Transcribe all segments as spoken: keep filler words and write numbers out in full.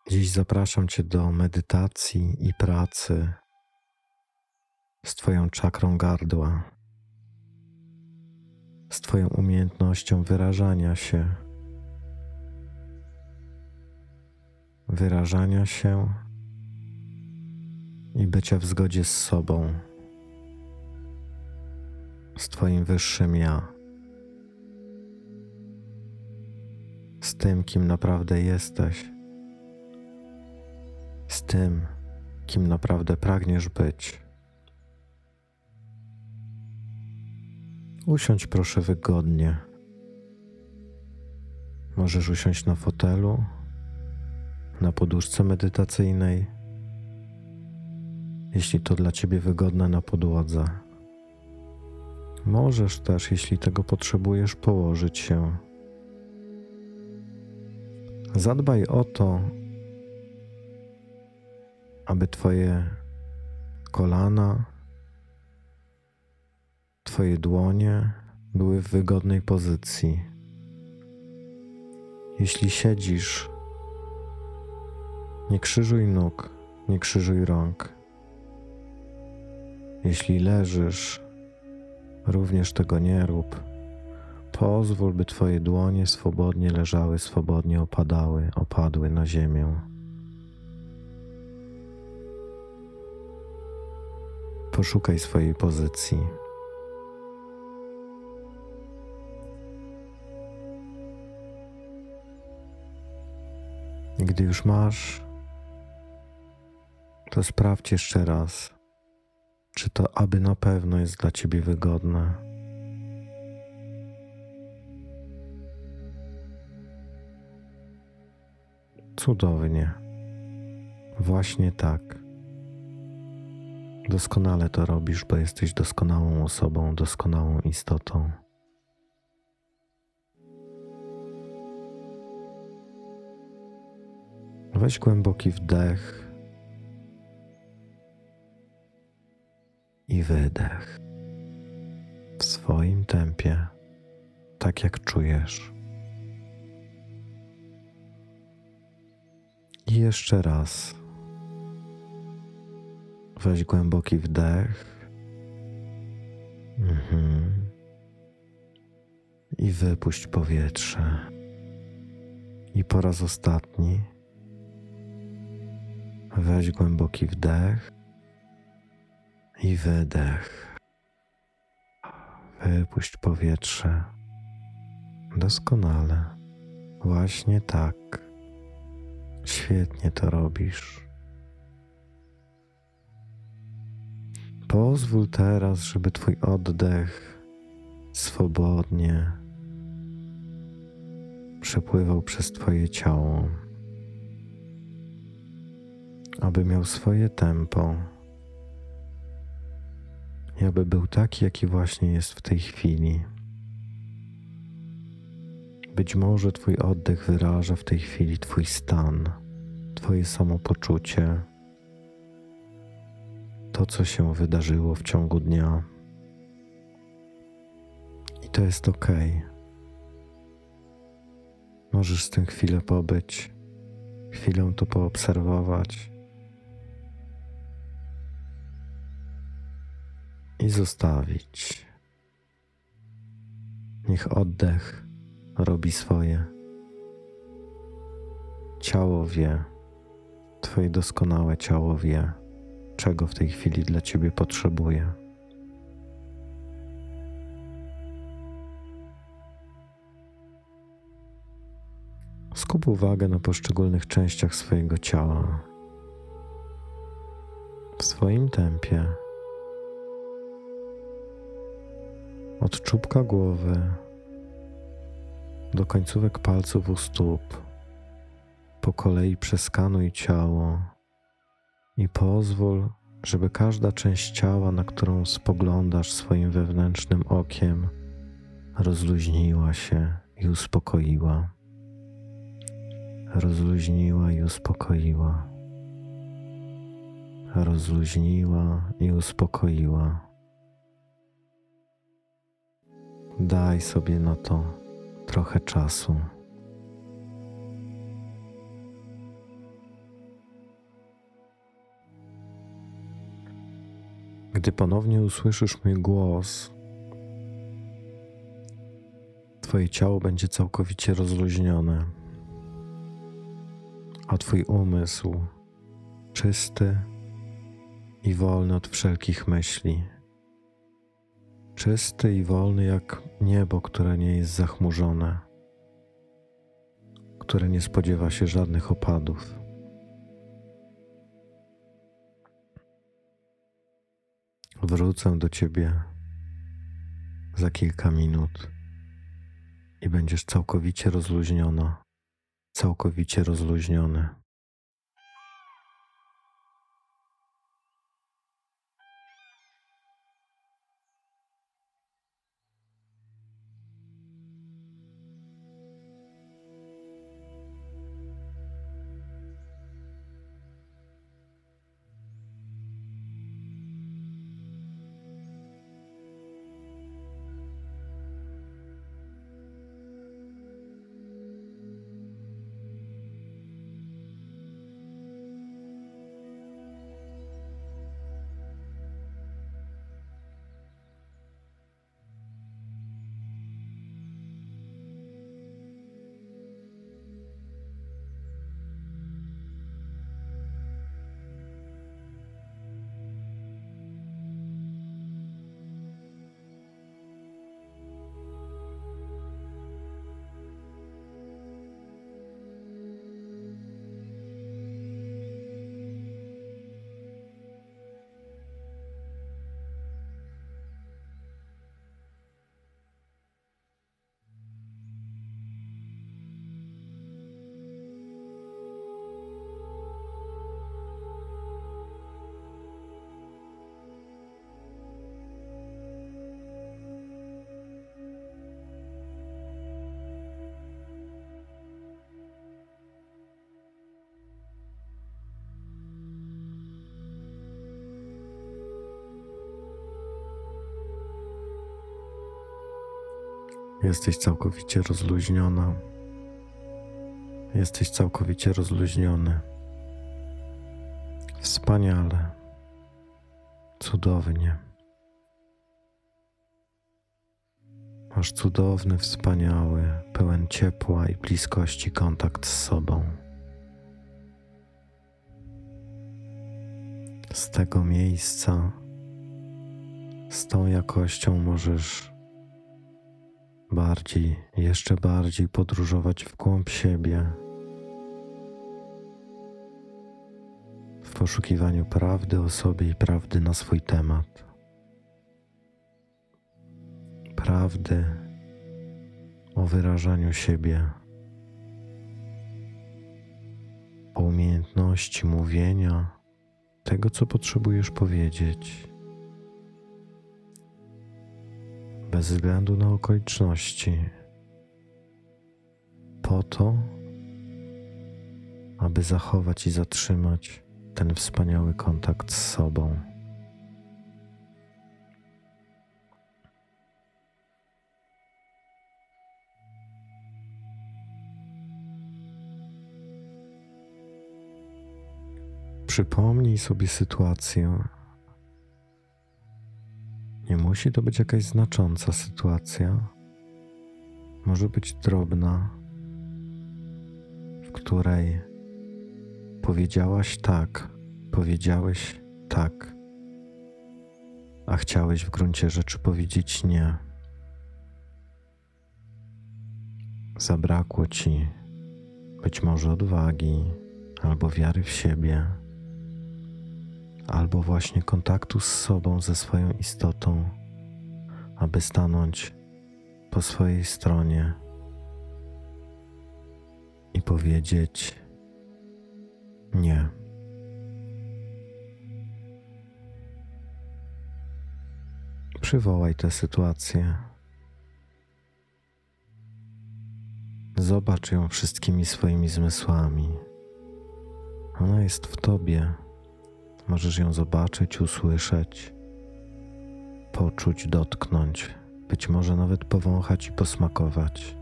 Dziś zapraszam Cię do medytacji i pracy z Twoją czakrą gardła, z Twoją umiejętnością wyrażania się, wyrażania się i bycia w zgodzie z sobą, z Twoim wyższym ja, z tym, kim naprawdę jesteś, z tym, kim naprawdę pragniesz być. Usiądź proszę wygodnie. Możesz usiąść na fotelu, na poduszce medytacyjnej, jeśli to dla Ciebie wygodne, na podłodze. Możesz też, jeśli tego potrzebujesz, położyć się. Zadbaj o to, aby Twoje kolana, Twoje dłonie były w wygodnej pozycji. Jeśli siedzisz, nie krzyżuj nóg, nie krzyżuj rąk. Jeśli leżysz, również tego nie rób. Pozwól, by Twoje dłonie swobodnie leżały, swobodnie opadały, opadły na ziemię. Poszukaj swojej pozycji. Gdy już masz, to sprawdź jeszcze raz, czy to aby na pewno jest dla Ciebie wygodne. Cudownie. Właśnie tak. Doskonale to robisz, bo jesteś doskonałą osobą, doskonałą istotą. Weź głęboki wdech i wydech w swoim tempie, tak jak czujesz. I jeszcze raz. Weź głęboki wdech mhm. i wypuść powietrze. I po raz ostatni weź głęboki wdech i wydech. Wypuść powietrze. Doskonale. Właśnie tak. Świetnie to robisz. Pozwól teraz, żeby Twój oddech swobodnie przepływał przez Twoje ciało, aby miał swoje tempo i aby był taki, jaki właśnie jest w tej chwili. Być może Twój oddech wyraża w tej chwili Twój stan, Twoje samopoczucie, to, co się wydarzyło w ciągu dnia. I to jest okej. Możesz z tym chwilę pobyć, chwilę to poobserwować i zostawić. Niech oddech robi swoje. Ciało wie, Twoje doskonałe ciało wie, czego w tej chwili dla Ciebie potrzebuje. Skup uwagę na poszczególnych częściach swojego ciała. W swoim tempie. Od czubka głowy do końcówek palców u stóp. Po kolei przeskanuj ciało i pozwól, żeby każda część ciała, na którą spoglądasz swoim wewnętrznym okiem, rozluźniła się i uspokoiła. Rozluźniła i uspokoiła. Rozluźniła i uspokoiła. Daj sobie na to trochę czasu. Gdy ponownie usłyszysz mój głos, twoje ciało będzie całkowicie rozluźnione, a twój umysł czysty i wolny od wszelkich myśli. Czysty i wolny jak niebo, które nie jest zachmurzone, które nie spodziewa się żadnych opadów. Wrócę do ciebie za kilka minut i będziesz całkowicie rozluźniona, całkowicie rozluźniony. Jesteś całkowicie rozluźniona. Jesteś całkowicie rozluźniony. Wspaniale. Cudownie. Masz cudowny, wspaniały, pełen ciepła i bliskości kontakt z sobą. Z tego miejsca, z tą jakością możesz bardziej, jeszcze bardziej podróżować w głąb siebie, w poszukiwaniu prawdy o sobie i prawdy na swój temat. Prawdy o wyrażaniu siebie, o umiejętności mówienia tego, co potrzebujesz powiedzieć, bez względu na okoliczności, po to, aby zachować i zatrzymać ten wspaniały kontakt z sobą. Przypomnij sobie sytuację. Nie musi to być jakaś znacząca sytuacja. Może być drobna, w której powiedziałaś tak, powiedziałeś tak, a chciałeś w gruncie rzeczy powiedzieć nie. Zabrakło ci być może odwagi, albo wiary w siebie, albo właśnie kontaktu z sobą, ze swoją istotą, aby stanąć po swojej stronie i powiedzieć nie. Przywołaj tę sytuację. Zobacz ją wszystkimi swoimi zmysłami. Ona jest w tobie. Możesz ją zobaczyć, usłyszeć, poczuć, dotknąć, być może nawet powąchać i posmakować.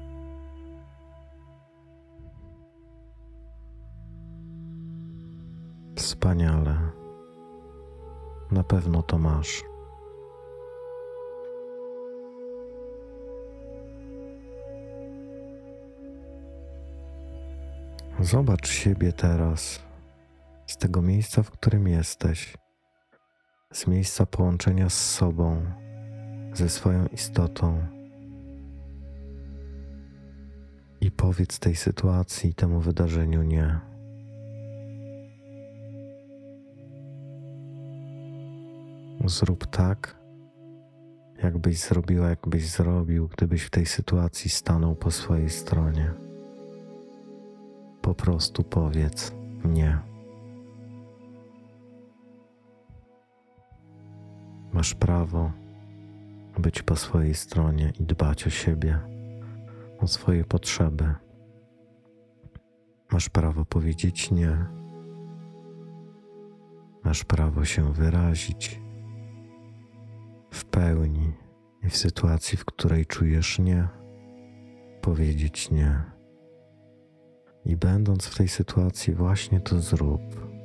Wspaniale. Na pewno to masz. Zobacz siebie teraz z tego miejsca, w którym jesteś, z miejsca połączenia z sobą, ze swoją istotą i powiedz tej sytuacji, temu wydarzeniu nie. Zrób tak, jakbyś zrobiła, jakbyś zrobił, gdybyś w tej sytuacji stanął po swojej stronie. Po prostu powiedz nie. Masz prawo być po swojej stronie i dbać o siebie, o swoje potrzeby. Masz prawo powiedzieć nie. Masz prawo się wyrazić w pełni i w sytuacji, w której czujesz nie, powiedzieć nie. I będąc w tej sytuacji, właśnie to zrób.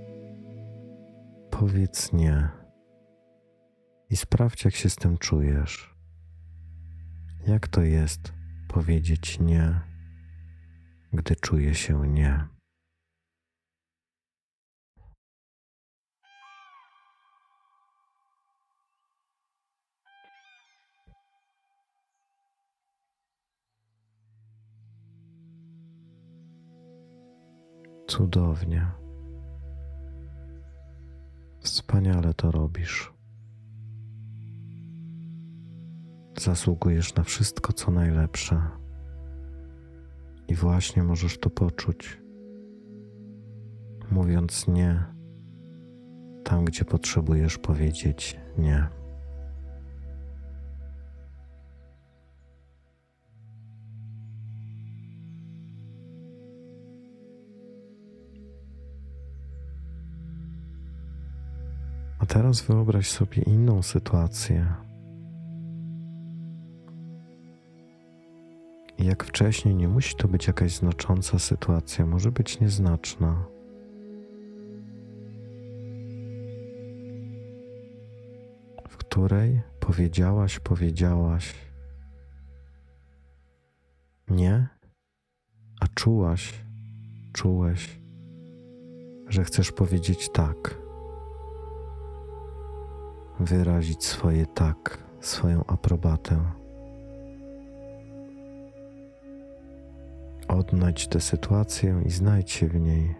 Powiedz nie i sprawdź, jak się z tym czujesz. Jak to jest powiedzieć nie, gdy czuje się nie. Cudownie. Wspaniale to robisz. Zasługujesz na wszystko, co najlepsze. I właśnie możesz to poczuć, mówiąc nie tam, gdzie potrzebujesz powiedzieć nie. A teraz wyobraź sobie inną sytuację. I jak wcześniej, nie musi to być jakaś znacząca sytuacja, może być nieznaczna. W której powiedziałaś, powiedziałaś nie, a czułaś, czułeś, że chcesz powiedzieć tak. Wyrazić swoje tak, swoją aprobatę. Odnajdź tę sytuację i znajdź się w niej.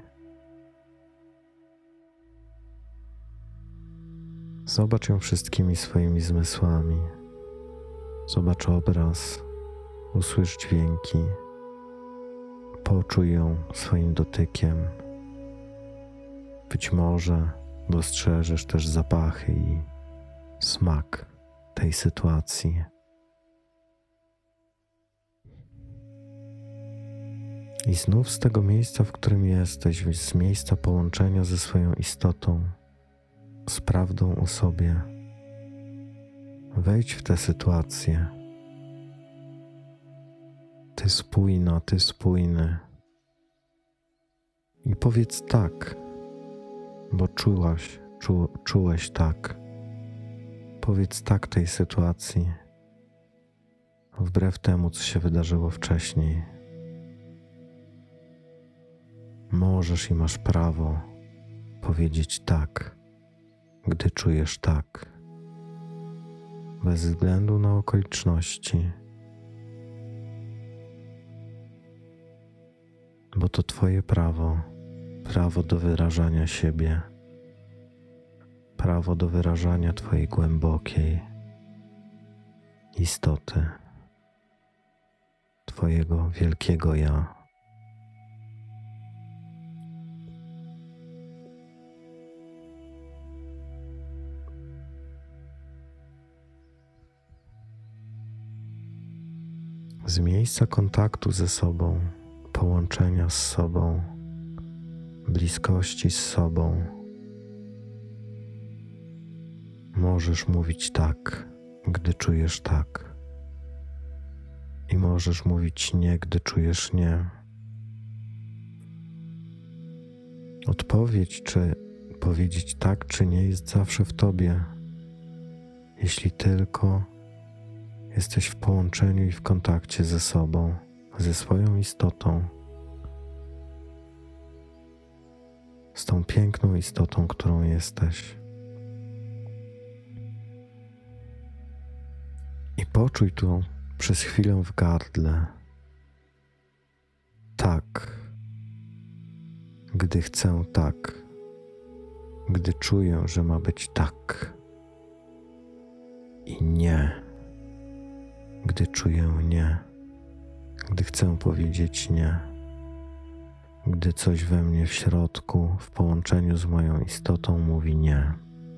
Zobacz ją wszystkimi swoimi zmysłami. Zobacz obraz, usłysz dźwięki, poczuj ją swoim dotykiem. Być może dostrzeżesz też zapachy i smak tej sytuacji. I znów z tego miejsca, w którym jesteś, z miejsca połączenia ze swoją istotą, z prawdą o sobie, wejdź w tę sytuację. Ty spójna, ty spójny. I powiedz tak, bo czułaś, czu, czułeś tak. Powiedz tak tej sytuacji, wbrew temu, co się wydarzyło wcześniej. Możesz i masz prawo powiedzieć tak, gdy czujesz tak, bez względu na okoliczności, bo to Twoje prawo, prawo do wyrażania siebie, prawo do wyrażania Twojej głębokiej istoty, Twojego wielkiego ja. Z miejsca kontaktu ze sobą, połączenia z sobą, bliskości z sobą, możesz mówić tak, gdy czujesz tak. I możesz mówić nie, gdy czujesz nie. Odpowiedź, czy powiedzieć tak czy nie jest zawsze w tobie, jeśli tylko jesteś w połączeniu i w kontakcie ze sobą, ze swoją istotą, z tą piękną istotą, którą jesteś. I poczuj tu przez chwilę w gardle tak, gdy chcę tak, gdy czuję, że ma być tak, i nie, gdy czuję nie, gdy chcę powiedzieć nie, gdy coś we mnie w środku, w połączeniu z moją istotą mówi nie.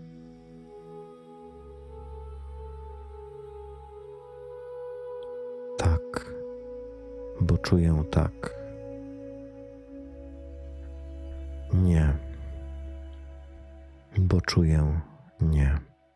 Tak, bo czuję tak. Nie, bo czuję nie.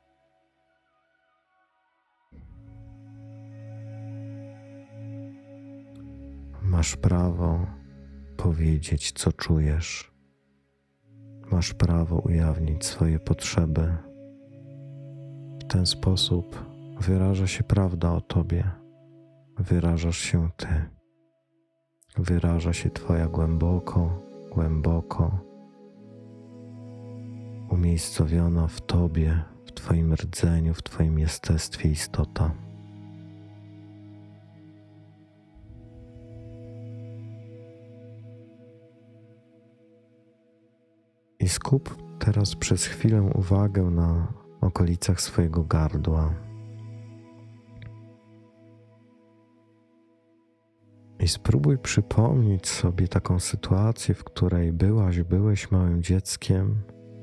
Masz prawo powiedzieć, co czujesz. Masz prawo ujawnić swoje potrzeby. W ten sposób wyraża się prawda o tobie. Wyrażasz się ty. Wyraża się twoja głęboko, głęboko umiejscowiona w tobie, w twoim rdzeniu, w twoim jestestwie istota. I skup teraz przez chwilę uwagę na okolicach swojego gardła. I spróbuj przypomnieć sobie taką sytuację, w której byłaś, byłeś małym dzieckiem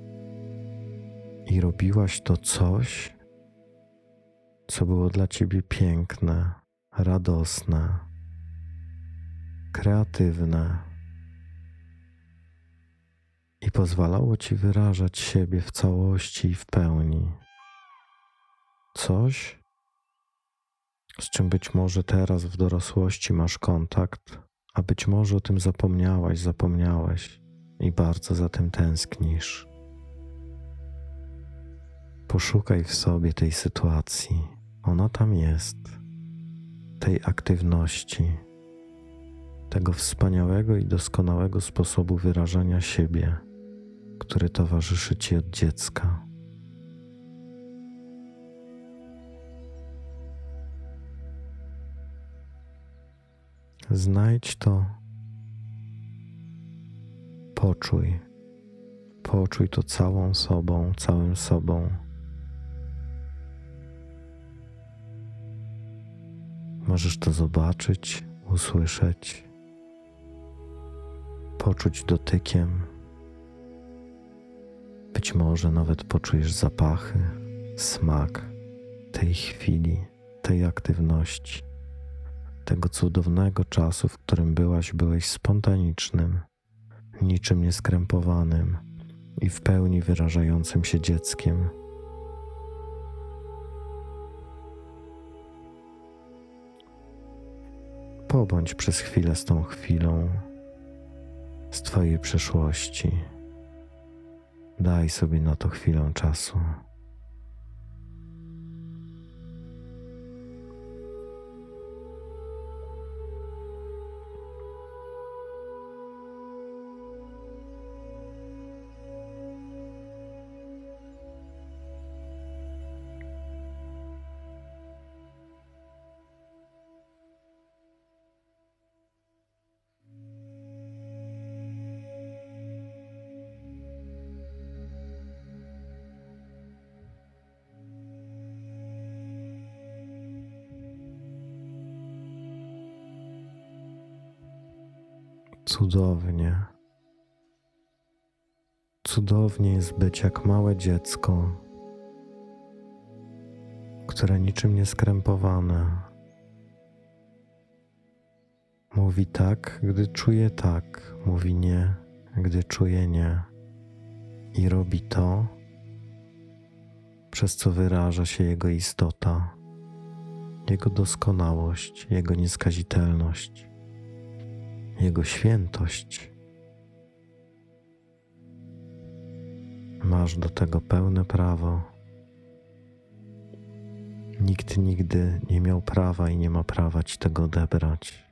i robiłaś to coś, co było dla ciebie piękne, radosne, kreatywne i pozwalało ci wyrażać siebie w całości i w pełni. Coś, z czym być może teraz w dorosłości masz kontakt, a być może o tym zapomniałaś, zapomniałeś i bardzo za tym tęsknisz. Poszukaj w sobie tej sytuacji. Ona tam jest. Tej aktywności, tego wspaniałego i doskonałego sposobu wyrażania siebie, który towarzyszy ci od dziecka. Znajdź to, poczuj, poczuj to całą sobą, całym sobą. Możesz to zobaczyć, usłyszeć, poczuć dotykiem. Być może nawet poczujesz zapachy, smak tej chwili, tej aktywności, tego cudownego czasu, w którym byłaś, byłeś spontanicznym, niczym nieskrępowanym i w pełni wyrażającym się dzieckiem. Pobądź przez chwilę z tą chwilą, z twojej przeszłości. Daj sobie na to chwilę czasu. Cudownie. Cudownie jest być jak małe dziecko, które niczym nieskrępowane mówi tak, gdy czuje tak, mówi nie, gdy czuje nie i robi to, przez co wyraża się jego istota, jego doskonałość, jego nieskazitelność, jego świętość. Masz do tego pełne prawo. Nikt nigdy nie miał prawa i nie ma prawa ci tego odebrać.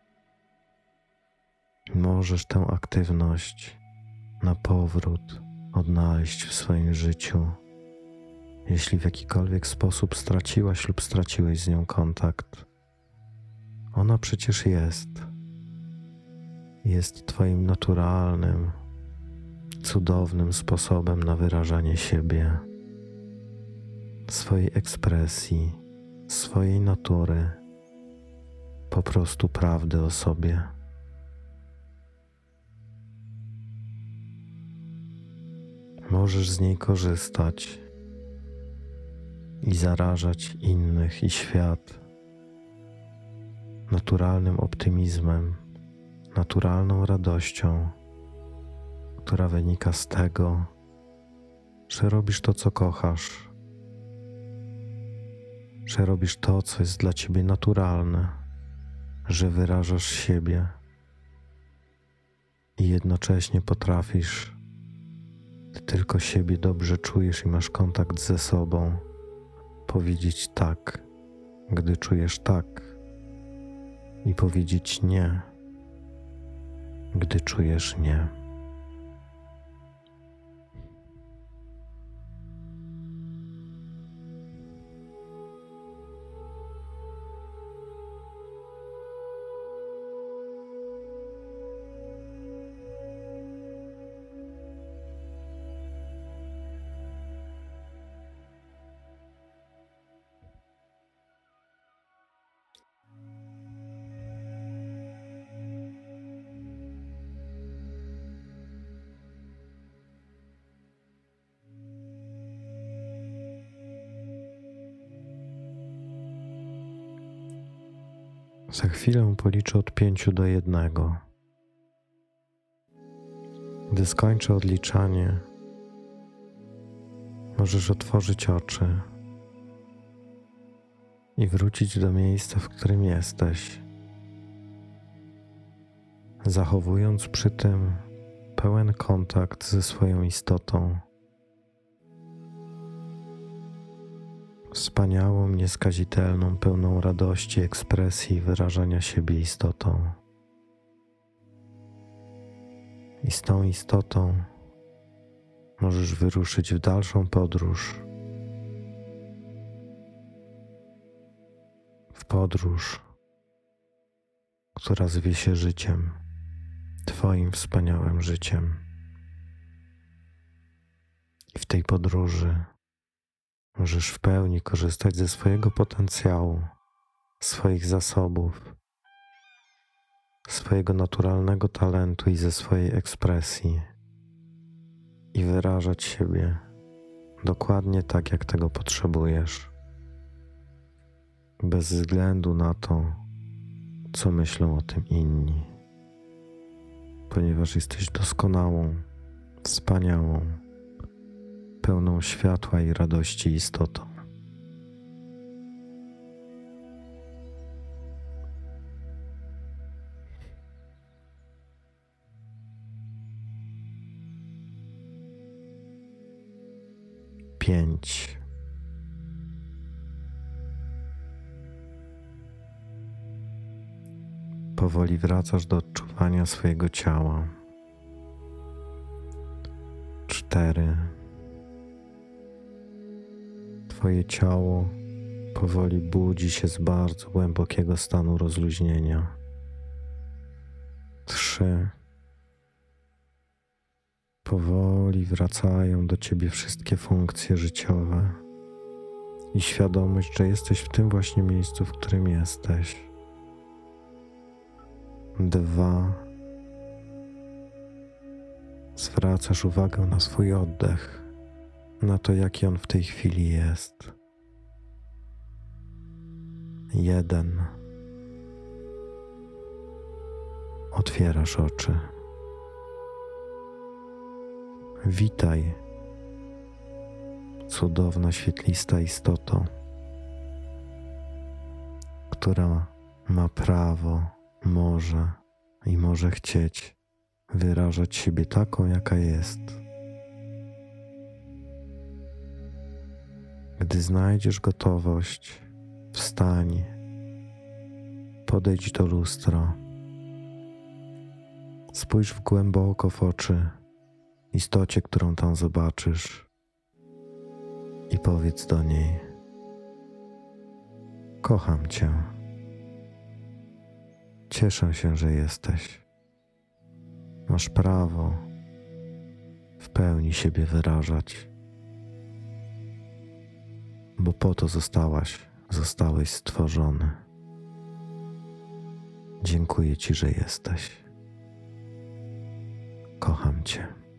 Możesz tę aktywność na powrót odnaleźć w swoim życiu, jeśli w jakikolwiek sposób straciłaś lub straciłeś z nią kontakt. Ona przecież jest. Jest twoim naturalnym, cudownym sposobem na wyrażanie siebie, swojej ekspresji, swojej natury, po prostu prawdy o sobie. Możesz z niej korzystać i zarażać innych i świat naturalnym optymizmem, naturalną radością, która wynika z tego, że robisz to, co kochasz, że robisz to, co jest dla ciebie naturalne, że wyrażasz siebie i jednocześnie potrafisz, gdy tylko siebie dobrze czujesz i masz kontakt ze sobą, powiedzieć tak, gdy czujesz tak, i powiedzieć nie, gdy czujesz nie. Za chwilę policzę od pięciu do jednego. Gdy skończę odliczanie, możesz otworzyć oczy i wrócić do miejsca, w którym jesteś, zachowując przy tym pełen kontakt ze swoją istotą, wspaniałą, nieskazitelną, pełną radości, ekspresji i wyrażania siebie istotą. I z tą istotą możesz wyruszyć w dalszą podróż. W podróż, która zwie się życiem, twoim wspaniałym życiem. I w tej podróży możesz w pełni korzystać ze swojego potencjału, swoich zasobów, swojego naturalnego talentu i ze swojej ekspresji i wyrażać siebie dokładnie tak, jak tego potrzebujesz, bez względu na to, co myślą o tym inni, ponieważ jesteś doskonałą, wspaniałą, pełną światła i radości istotą. Pięć. Powoli wracasz do odczuwania swojego ciała. Cztery. Twoje ciało powoli budzi się z bardzo głębokiego stanu rozluźnienia. Trzy. Powoli wracają do ciebie wszystkie funkcje życiowe i świadomość, że jesteś w tym właśnie miejscu, w którym jesteś. Dwa. Zwracasz uwagę na swój oddech, na to, jaki on w tej chwili jest. Jeden. Otwierasz oczy. Witaj, cudowna, świetlista istoto, która ma prawo, może i może chcieć wyrażać siebie taką, jaka jest. Gdy znajdziesz gotowość, wstań, podejdź do lustra, spójrz w głęboko w oczy istocie, którą tam zobaczysz i powiedz do niej: kocham Cię. Cieszę się, że jesteś. Masz prawo w pełni siebie wyrażać, bo po to zostałaś, zostałeś stworzony. Dziękuję Ci, że jesteś. Kocham Cię.